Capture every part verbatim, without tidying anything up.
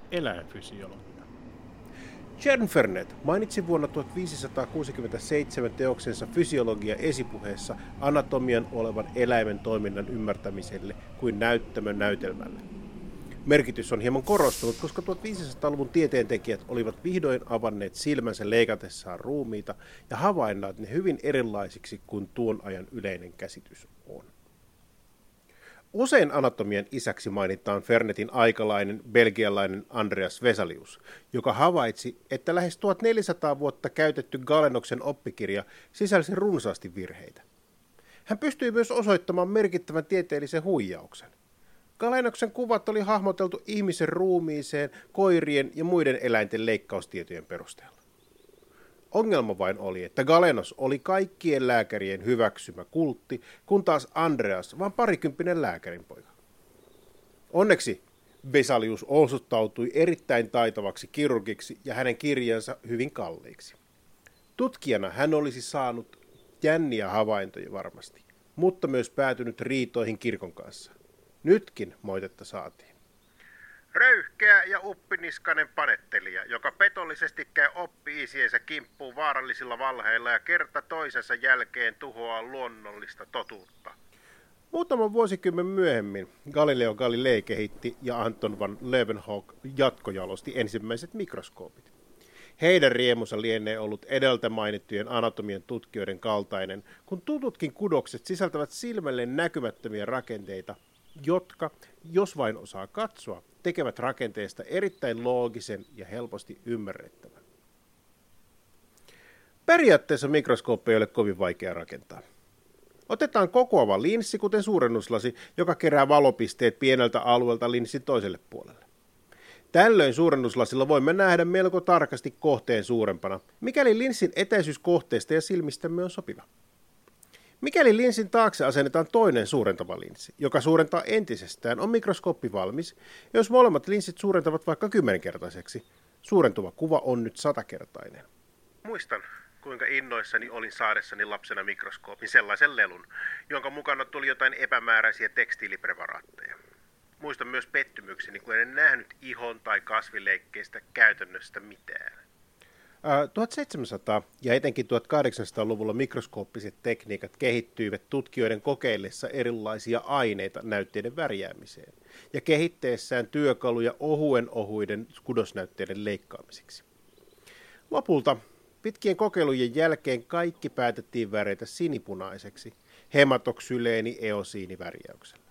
eläinfysiologia. Jean Fernet mainitsi vuonna tuhatviisisataakuusikymmentäseitsemän teoksensa Fysiologia esipuheessa anatomian olevan eläimen toiminnan ymmärtämiselle kuin näyttämön näytelmälle. Merkitys on hieman korostunut, koska viisitoistasadan-luvun tieteentekijät olivat vihdoin avanneet silmänsä leikatessaan ruumiita ja havainneet ne hyvin erilaisiksi kuin tuon ajan yleinen käsitys on. Usein anatomian isäksi mainitaan Fernetin aikalainen belgialainen Andreas Vesalius, joka havaitsi, että lähes tuhatneljäsataa vuotta käytetty Galenoksen oppikirja sisälsi runsaasti virheitä. Hän pystyi myös osoittamaan merkittävän tieteellisen huijauksen. Galenoksen kuvat oli hahmoteltu ihmisen ruumiiseen, koirien ja muiden eläinten leikkaustietojen perusteella. Ongelma vain oli, että Galenos oli kaikkien lääkärien hyväksymä kultti, kun taas Andreas vain parikymppinen lääkärinpoika. Onneksi Vesalius osoittautui erittäin taitavaksi kirurgiksi ja hänen kirjansa hyvin kalliiksi. Tutkijana hän olisi saanut jänniä havaintoja varmasti, mutta myös päätynyt riitoihin kirkon kanssa. Nytkin moitetta saatiin. Röyhkeä ja uppiniskainen panettelija, joka petollisesti käy oppi-isiensä kimppuun vaarallisilla valheilla ja kerta toisensa jälkeen tuhoaa luonnollista totuutta. Muutama vuosikymmen myöhemmin Galileo Galilei kehitti ja Anton van Leeuwenhoek jatkojalosti ensimmäiset mikroskoopit. Heidän riemunsa lienee ollut edeltä mainittujen anatomian tutkijoiden kaltainen, kun tututkin kudokset sisältävät silmälle näkymättömiä rakenteita, jotka, jos vain osaa katsoa, tekevät rakenteesta erittäin loogisen ja helposti ymmärrettävän. Periaatteessa mikroskooppi ei ole kovin vaikea rakentaa. Otetaan kokoava linssi, kuten suurennuslasi, joka kerää valopisteet pieneltä alueelta linssin toiselle puolelle. Tällöin suurennuslasilla voimme nähdä melko tarkasti kohteen suurempana, mikäli linssin etäisyys kohteesta ja silmistämme on sopiva. Mikäli linssin taakse asennetaan toinen suurentava linssi, joka suurentaa entisestään, on mikroskooppi valmis, ja jos molemmat linssit suurentavat vaikka kymmenkertaiseksi, suurentuva kuva on nyt satakertainen. Muistan, kuinka innoissani olin saadessani lapsena mikroskoopin, sellaisen lelun, jonka mukana tuli jotain epämääräisiä tekstiilipreparaatteja. Muistan myös pettymykseni, kun en nähnyt ihon tai kasvileikkeistä käytännöstä mitään. tuhatseitsemänsataa- ja etenkin tuhatkahdeksansataaluvulla mikroskooppiset tekniikat kehittyivät tutkijoiden kokeillessa erilaisia aineita näytteiden värjäämiseen ja kehitteessään työkaluja ohuen ohuiden kudosnäytteiden leikkaamiseksi. Lopulta pitkien kokeilujen jälkeen kaikki päätettiin värjätä sinipunaiseksi hematoksyleeni-eosiinivärjäyksellä.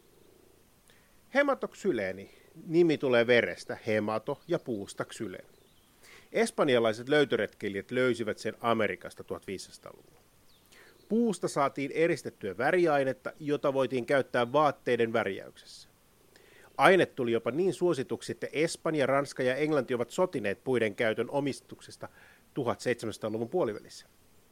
Hematoksyleeni nimi tulee verestä, hemato ja puusta xyleen. Espanjalaiset löytöretkeilijät löysivät sen Amerikasta viisitoistasadanluvulla. Puusta saatiin eristettyä väriainetta, jota voitiin käyttää vaatteiden värjäyksessä. Aine tuli jopa niin suosituksi, että Espanja, Ranska ja Englanti ovat sotineet puiden käytön omistuksesta tuhatseitsemänsataaluvun puolivälissä.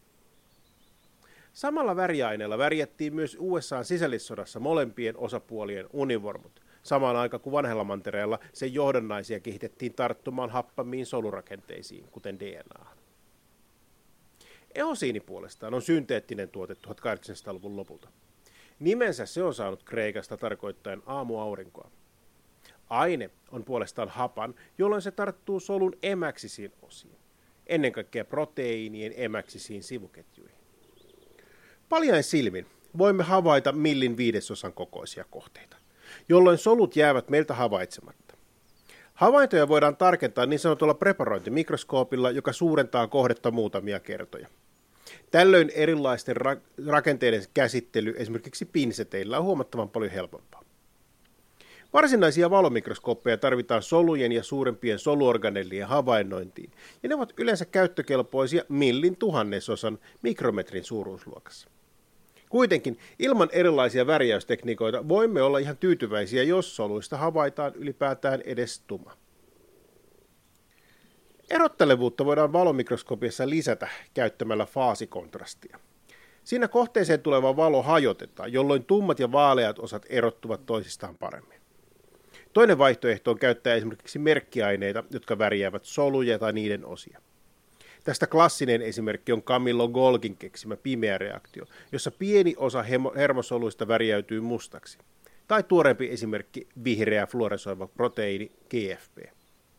Samalla väriaineella värjättiin myös U S A:n sisällissodassa molempien osapuolien univormut, samaan aikaan kuin vanhalla mantereella sen johdannaisia kehitettiin tarttumaan happamiin solurakenteisiin, kuten D N A. Eosiini puolestaan on synteettinen tuote tuhatkahdeksansataaluvun lopulta. Nimensä se on saanut kreikasta tarkoittaen aamuaurinkoa. Aine on puolestaan hapan, jolloin se tarttuu solun emäksisiin osiin, ennen kaikkea proteiinien emäksisiin sivuketjuihin. Paljain silmin voimme havaita millin viidesosan kokoisia kohteita, jolloin solut jäävät meiltä havaitsematta. Havaintoja voidaan tarkentaa niin sanotulla preparointimikroskoopilla, joka suurentaa kohdetta muutamia kertoja. Tällöin erilaisten ra- rakenteiden käsittely esimerkiksi pinseteillä on huomattavan paljon helpompaa. Varsinaisia valomikroskooppeja tarvitaan solujen ja suurempien soluorganellien havainnointiin, ja ne ovat yleensä käyttökelpoisia millin tuhannesosan mikrometrin suuruusluokassa. Kuitenkin ilman erilaisia värjäystekniikoita voimme olla ihan tyytyväisiä, jos soluista havaitaan ylipäätään edes tuma. Erottelevuutta voidaan valomikroskopiassa lisätä käyttämällä faasikontrastia. Siinä kohteeseen tuleva valo hajotetaan, jolloin tummat ja vaaleat osat erottuvat toisistaan paremmin. Toinen vaihtoehto on käyttää esimerkiksi merkkiaineita, jotka värjäävät soluja tai niiden osia. Tästä klassinen esimerkki on Camillo Golgin keksimä pimeä reaktio, jossa pieni osa hermosoluista värjäytyy mustaksi. Tai tuoreempi esimerkki vihreä fluoresoiva proteiini G F P.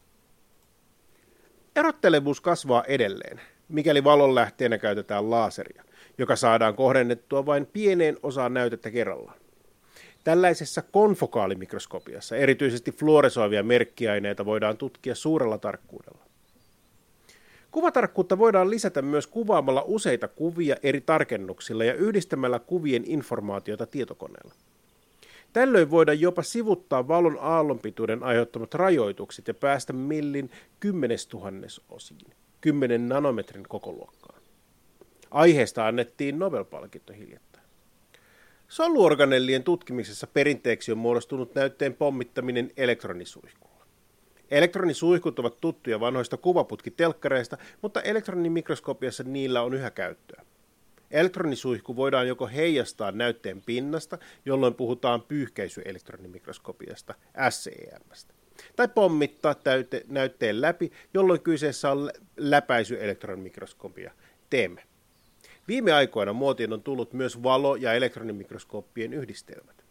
Erottelevuus kasvaa edelleen, mikäli valon lähteenä käytetään laseria, joka saadaan kohdennettua vain pieneen osaan näytettä kerrallaan. Tällaisessa konfokaalimikroskopiassa erityisesti fluoresoivia merkkiaineita voidaan tutkia suurella tarkkuudella. Kuvatarkkuutta voidaan lisätä myös kuvaamalla useita kuvia eri tarkennuksilla ja yhdistämällä kuvien informaatiota tietokoneella. Tällöin voidaan jopa sivuttaa valon aallonpituuden aiheuttamat rajoitukset ja päästä millin kymmenestuhannesosiin, kymmenen nanometrin kokoluokkaan. Aiheesta annettiin Nobel-palkinto hiljattain. Soluorganellien tutkimisessa perinteeksi on muodostunut näytteen pommittaminen elektronisuihkulla. Elektronisuihkut ovat tuttuja vanhoista kuvaputkitelkkareista, mutta elektronimikroskopiassa niillä on yhä käyttöä. Elektronisuihku voidaan joko heijastaa näytteen pinnasta, jolloin puhutaan pyyhkäisyelektronimikroskopiasta, S E M:stä, tai pommittaa täyte, näytteen läpi, jolloin kyseessä on läpäisyelektronimikroskopia, T E M. Viime aikoina muotiin on tullut myös valo- ja elektronimikroskooppien yhdistelmät.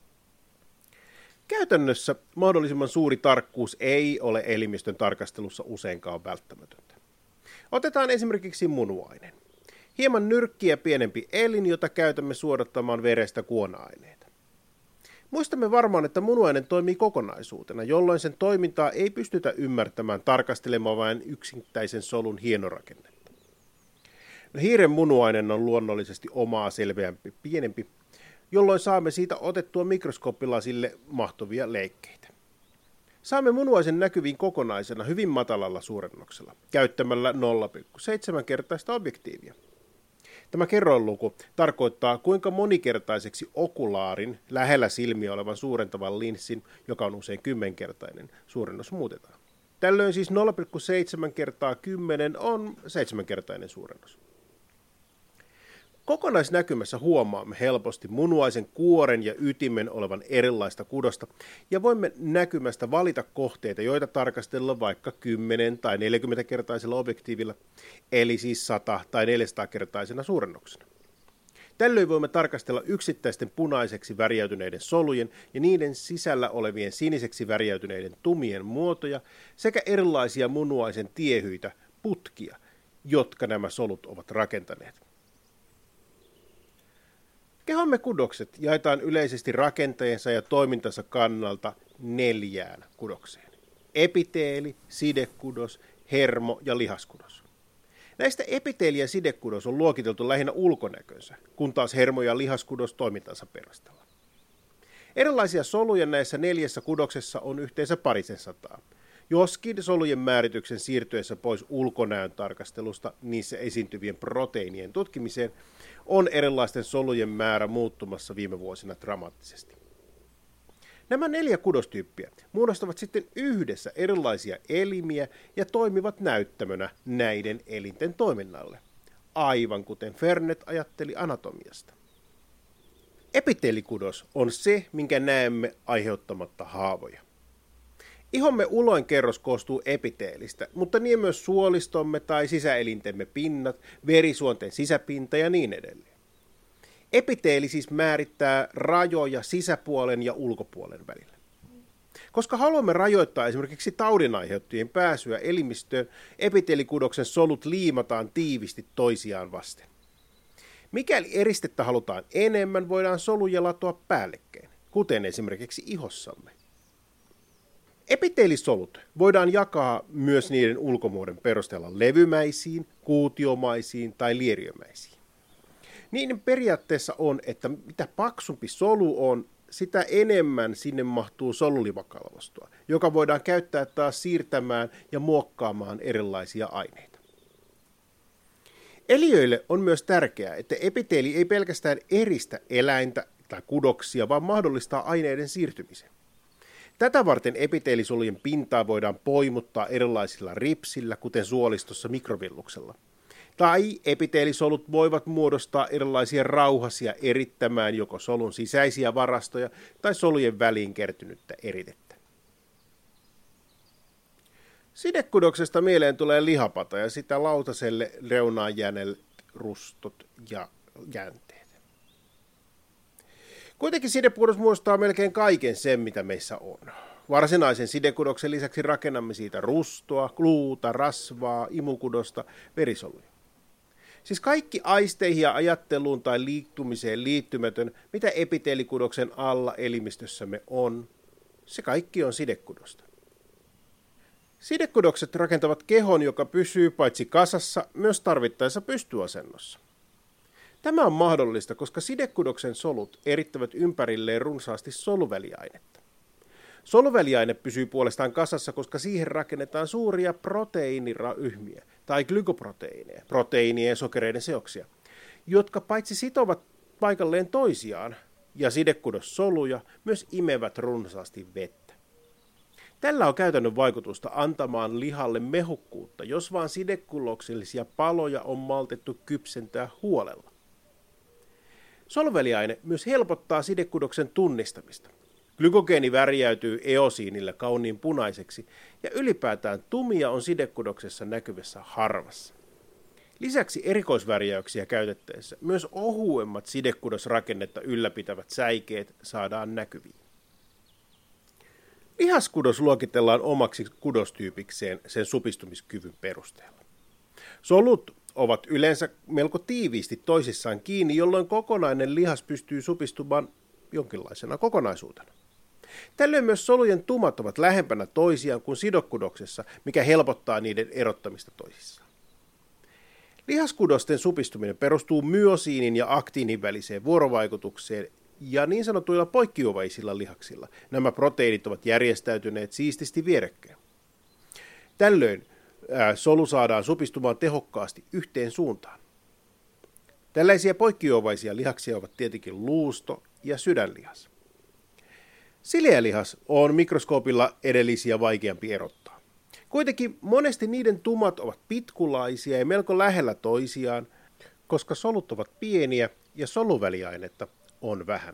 Käytännössä mahdollisimman suuri tarkkuus ei ole elimistön tarkastelussa useinkaan välttämätöntä. Otetaan esimerkiksi munuainen. Hieman nyrkkiä pienempi elin, jota käytämme suodattamaan verestä kuona-aineita. Muistamme varmaan, että munuainen toimii kokonaisuutena, jolloin sen toimintaa ei pystytä ymmärtämään tarkastelemaan vain yksittäisen solun hienorakennetta. No, hiiren munuainen on luonnollisesti omaa selveämpi pienempi, jolloin saamme siitä otettua mikroskooppilasille mahtuvia leikkeitä. Saamme munuaisen näkyviin kokonaisena hyvin matalalla suurennuksella, käyttämällä nolla pilkku seitsemän kertaista objektiivia. Tämä kerroinluku tarkoittaa, kuinka monikertaiseksi okulaarin lähellä silmiä olevan suurentavan linssin, joka on usein kymmenkertainen, suurennus muutetaan. Tällöin siis nolla pilkku seitsemän kertaa kymmenen on seitsemänkertainen suurennus. Kokonaisnäkymässä huomaamme helposti munuaisen kuoren ja ytimen olevan erilaista kudosta, ja voimme näkymästä valita kohteita, joita tarkastella vaikka kymmenen- tai neljäkymmenkertaisella objektiivilla, eli siis sata- tai neljäsataa-kertaisena suurennuksena. Tällöin voimme tarkastella yksittäisten punaiseksi värjäytyneiden solujen ja niiden sisällä olevien siniseksi värjäytyneiden tumien muotoja sekä erilaisia munuaisen tiehyitä, putkia, jotka nämä solut ovat rakentaneet. Kehomme kudokset jaetaan yleisesti rakenteensa ja toimintansa kannalta neljään kudokseen. Epiteeli, sidekudos, hermo ja lihaskudos. Näistä epiteeli ja sidekudos on luokiteltu lähinnä ulkonäkönsä, kun taas hermo ja lihaskudos toimintansa perusteella. Erilaisia soluja näissä neljässä kudoksessa on yhteensä parisen sataa. Joskin solujen määrityksen siirtyessä pois ulkonäön tarkastelusta niissä esiintyvien proteiinien tutkimiseen on erilaisten solujen määrä muuttumassa viime vuosina dramaattisesti. Nämä neljä kudostyyppiä muodostavat sitten yhdessä erilaisia elimiä ja toimivat näyttämönä näiden elinten toiminnalle, aivan kuten Fernet ajatteli anatomiasta. Epiteelikudos on se, minkä näemme aiheuttamatta haavoja. Ihomme uloin kerros koostuu epiteelistä, mutta niin myös suolistomme tai sisäelintemme pinnat, verisuonten sisäpinta ja niin edelleen. Epiteeli siis määrittää rajoja sisäpuolen ja ulkopuolen välillä. Koska haluamme rajoittaa esimerkiksi taudinaiheuttajien pääsyä elimistöön, epiteelikudoksen solut liimataan tiivisti toisiaan vasten. Mikäli eristettä halutaan enemmän, voidaan soluja latoa päällekkäin, kuten esimerkiksi ihossamme. Epiteelisolut voidaan jakaa myös niiden ulkomuodon perusteella levymäisiin, kuutiomaisiin tai lieriömäisiin. Niiden periaatteessa on, että mitä paksumpi solu on, sitä enemmän sinne mahtuu solulimakalvostoa, joka voidaan käyttää taas siirtämään ja muokkaamaan erilaisia aineita. Eliöille on myös tärkeää, että epiteeli ei pelkästään eristä eläintä tai kudoksia, vaan mahdollistaa aineiden siirtymisen. Tätä varten epiteelisolujen pintaa voidaan poimuttaa erilaisilla ripsillä, kuten suolistossa mikrovilluksella. Tai epiteelisolut voivat muodostaa erilaisia rauhasia erittämään joko solun sisäisiä varastoja tai solujen väliin kertynyttä eritettä. Sidekudoksesta mieleen tulee lihapata ja sitä lautaselle reunaan jääneet rustot ja jänteet. Kuitenkin sidekudos muodostaa melkein kaiken sen, mitä meissä on. Varsinaisen sidekudoksen lisäksi rakennamme siitä rustoa, luuta, rasvaa, imukudosta, verisoluja. Siis kaikki aisteihin ja ajatteluun tai liiktumiseen liittymätön, mitä epiteelikudoksen alla elimistössämme on, se kaikki on sidekudosta. Sidekudokset rakentavat kehon, joka pysyy paitsi kasassa, myös tarvittaessa pystyasennossa. Tämä on mahdollista, koska sidekudoksen solut erittävät ympärilleen runsaasti soluväliainetta. Soluväliaine pysyy puolestaan kasassa, koska siihen rakennetaan suuria proteiiniryhmiä tai glykoproteiineja, proteiinien ja sokereiden seoksia, jotka paitsi sitovat paikalleen toisiaan ja sidekudossoluja, myös imevät runsaasti vettä. Tällä on käytännön vaikutusta antamaan lihalle mehukkuutta, jos vaan sidekudoksellisia paloja on maltettu kypsentää huolella. Soluväliaine myös helpottaa sidekudoksen tunnistamista. Glykogeeni värjäytyy eosiinilla kauniin punaiseksi ja ylipäätään tumia on sidekudoksessa näkyvissä harvassa. Lisäksi erikoisvärjäyksiä käytettäessä myös ohuemmat sidekudosrakennetta ylläpitävät säikeet saadaan näkyviin. Lihaskudos luokitellaan omaksi kudostyypikseen sen supistumiskyvyn perusteella. Solut ovat yleensä melko tiiviisti toisissaan kiinni, jolloin kokonainen lihas pystyy supistumaan jonkinlaisena kokonaisuutena. Tällöin myös solujen tumat ovat lähempänä toisiaan kuin sidekudoksessa, mikä helpottaa niiden erottamista toisissaan. Lihaskudosten supistuminen perustuu myosiinin ja aktiinin väliseen vuorovaikutukseen ja niin sanotuilla poikkijuovaisilla lihaksilla. Nämä proteiinit ovat järjestäytyneet siististi vierekkäin. Tällöin ää, solu saadaan supistumaan tehokkaasti yhteen suuntaan. Tällaisia poikkijuovaisia lihaksia ovat tietenkin luusto ja sydänlihas. Sileälihas on mikroskoopilla edellisiä vaikeampi erottaa. Kuitenkin monesti niiden tumat ovat pitkulaisia ja melko lähellä toisiaan, koska solut ovat pieniä ja soluväliainetta on vähän.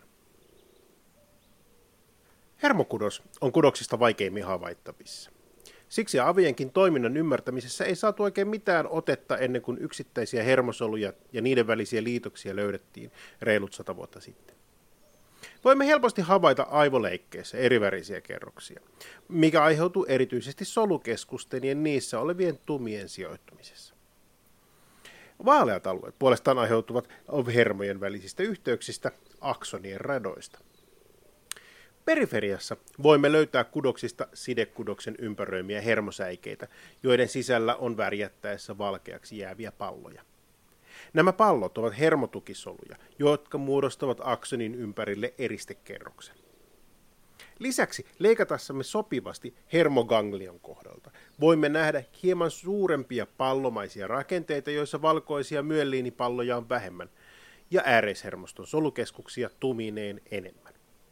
Hermokudos on kudoksista vaikeimmin havaittavissa. Siksi avienkin toiminnan ymmärtämisessä ei saatu oikein mitään otetta ennen kuin yksittäisiä hermosoluja ja niiden välisiä liitoksia löydettiin reilut sata vuotta sitten. Voimme helposti havaita aivoleikkeissä erivärisiä kerroksia, mikä aiheutuu erityisesti solukeskusten ja niissä olevien tumien sijoittumisessa. Vaaleat alueet puolestaan aiheutuvat hermojen välisistä yhteyksistä, aksonien radoista. Periferiassa voimme löytää kudoksista sidekudoksen ympäröimiä hermosäikeitä, joiden sisällä on värjättäessä valkeaksi jääviä palloja. Nämä pallot ovat hermotukisoluja, jotka muodostavat aksonin ympärille eristekerroksen. Lisäksi leikatassamme sopivasti hermoganglion kohdalta voimme nähdä hieman suurempia pallomaisia rakenteita, joissa valkoisia myeliinipalloja on vähemmän, ja ääreishermoston solukeskuksia tumineen enemmän.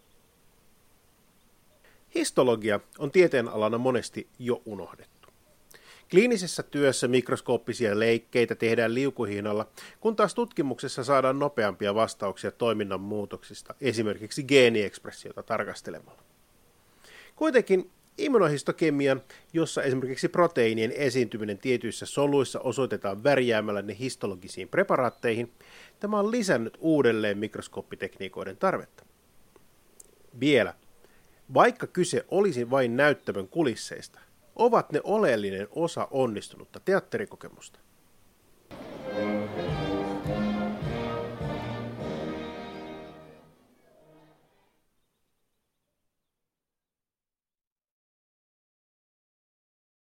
Histologia on tieteenalana monesti jo unohdettu. Kliinisessä työssä mikroskooppisia leikkeitä tehdään liukuhihnalla, kun taas tutkimuksessa saadaan nopeampia vastauksia toiminnan muutoksista, esimerkiksi geeniekspressiota tarkastelemalla. Kuitenkin immunohistokemian, jossa esimerkiksi proteiinien esiintyminen tietyissä soluissa osoitetaan värjäämällä ne histologisiin preparaatteihin, tämä on lisännyt uudelleen mikroskooppitekniikoiden tarvetta. Vielä, vaikka kyse olisi vain näyttämön kulisseista, ovat ne oleellinen osa onnistunutta teatterikokemusta.